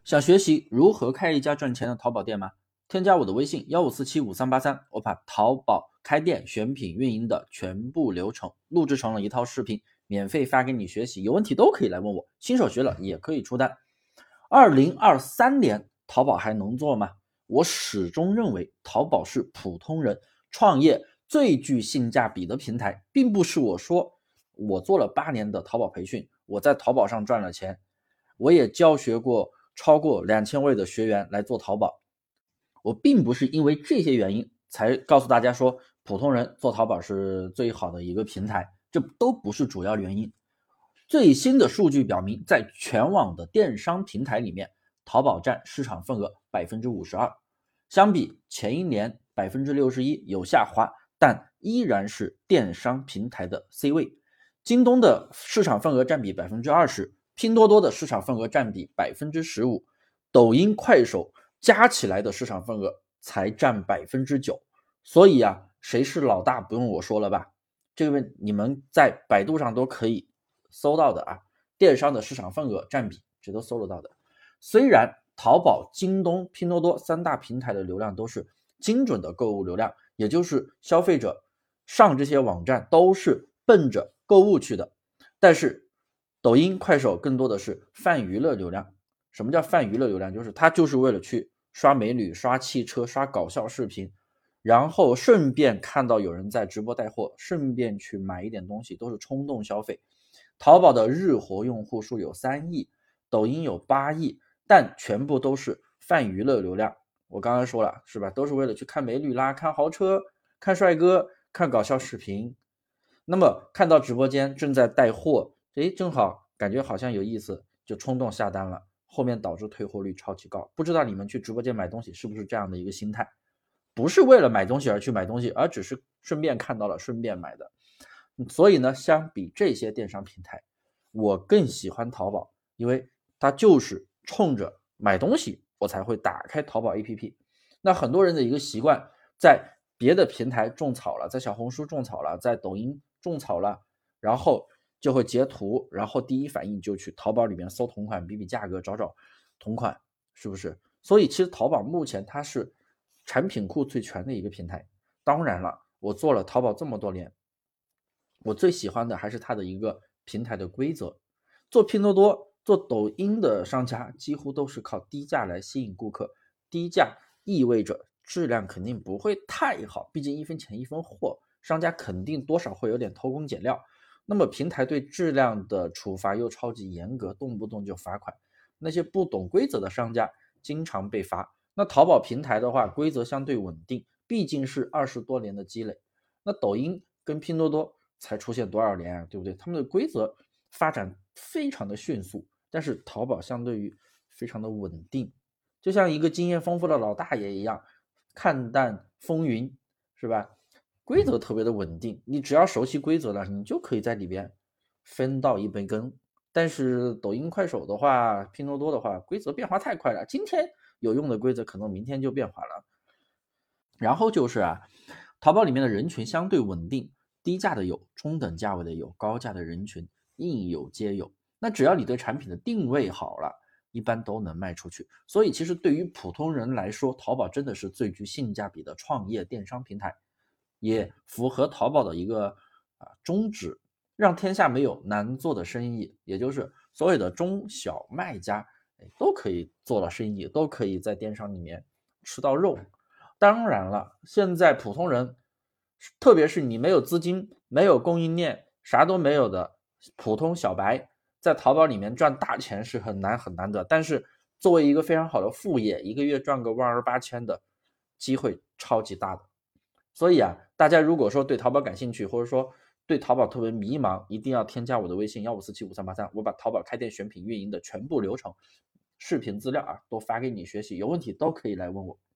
想学习如何开一家赚钱的淘宝店吗？添加我的微信15475383，我把淘宝开店、选品、运营的全部流程录制成了一套视频，免费发给你学习，有问题都可以来问我，新手学了也可以出单。2023年淘宝还能做吗？我始终认为淘宝是普通人创业最具性价比的平台，并不是我说我做了8年的淘宝培训，我在淘宝上赚了钱，我也教学过超过2000位的学员来做淘宝，我并不是因为这些原因才告诉大家说普通人做淘宝是最好的一个平台，这都不是主要原因。最新的数据表明，在全网的电商平台里面，淘宝占市场份额52%，相比前一年61%有下滑，但依然是电商平台的 C 位。京东的市场份额占比20%，拼多多的市场份额占比15%，抖音、快手加起来的市场份额才占9%。所以啊，谁是老大不用我说了吧？这个你们在百度上都可以搜到的啊，电商的市场份额占比这都搜得到的。虽然淘宝、京东、拼多多3大平台的流量都是精准的购物流量，也就是消费者上这些网站都是奔着购物去的，但是抖音、快手更多的是泛娱乐流量。什么叫泛娱乐流量？就是它就是为了去刷美女、刷汽车、刷搞笑视频，然后顺便看到有人在直播带货，顺便去买一点东西，都是冲动消费。淘宝的日活用户数有3亿，抖音有8亿，但全部都是泛娱乐流量。我刚刚说了是吧，都是为了去看美女啦、看豪车、看帅哥、看搞笑视频。那么看到直播间正在带货，正好感觉好像有意思，就冲动下单了，后面导致退货率超级高。不知道你们去直播间买东西是不是这样的一个心态？不是为了买东西而去买东西，而只是顺便看到了顺便买的。所以呢，相比这些电商平台，我更喜欢淘宝，因为它就是冲着买东西我才会打开淘宝 APP。那很多人的一个习惯，在别的平台种草了，在小红书种草了，在抖音种草了，然后就会截图，然后第一反应就去淘宝里面搜同款，比比价格，找找同款，是不是？所以其实淘宝目前它是产品库最全的一个平台。当然了，我做了淘宝这么多年，我最喜欢的还是它的一个平台的规则。做拼多多、做抖音的商家几乎都是靠低价来吸引顾客，低价意味着质量肯定不会太好，毕竟1分钱1分货，商家肯定多少会有点偷工减料。那么平台对质量的处罚又超级严格，动不动就罚款，那些不懂规则的商家经常被罚。那淘宝平台的话，规则相对稳定，毕竟是20多年的积累。那抖音跟拼多多才出现多少年啊，对不对？他们的规则发展非常的迅速，但是淘宝相对于非常的稳定，就像一个经验丰富的老大爷一样，看淡风云，是吧？规则特别的稳定，你只要熟悉规则了，你就可以在里边分到一杯羹。但是抖音、快手的话，拼多多的话，规则变化太快了，今天有用的规则可能明天就变化了。然后就是淘宝里面的人群相对稳定，低价的有，中等价位的有，高价的人群应有皆有。那只要你对产品的定位好了，一般都能卖出去。所以其实对于普通人来说，淘宝真的是最具性价比的创业电商平台，也符合淘宝的一个宗旨，让天下没有难做的生意，也就是所有的中小卖家都可以做到生意，都可以在电商里面吃到肉。当然了，现在普通人，特别是你没有资金、没有供应链、啥都没有的普通小白，在淘宝里面赚大钱是很难很难的。但是作为一个非常好的副业，一个月赚个12000-8000的机会超级大的。所以大家如果说对淘宝感兴趣，或者说对淘宝特别迷茫，一定要添加我的微信15475383，我把淘宝开店、选品、运营的全部流程、视频资料都发给你学习，有问题都可以来问我。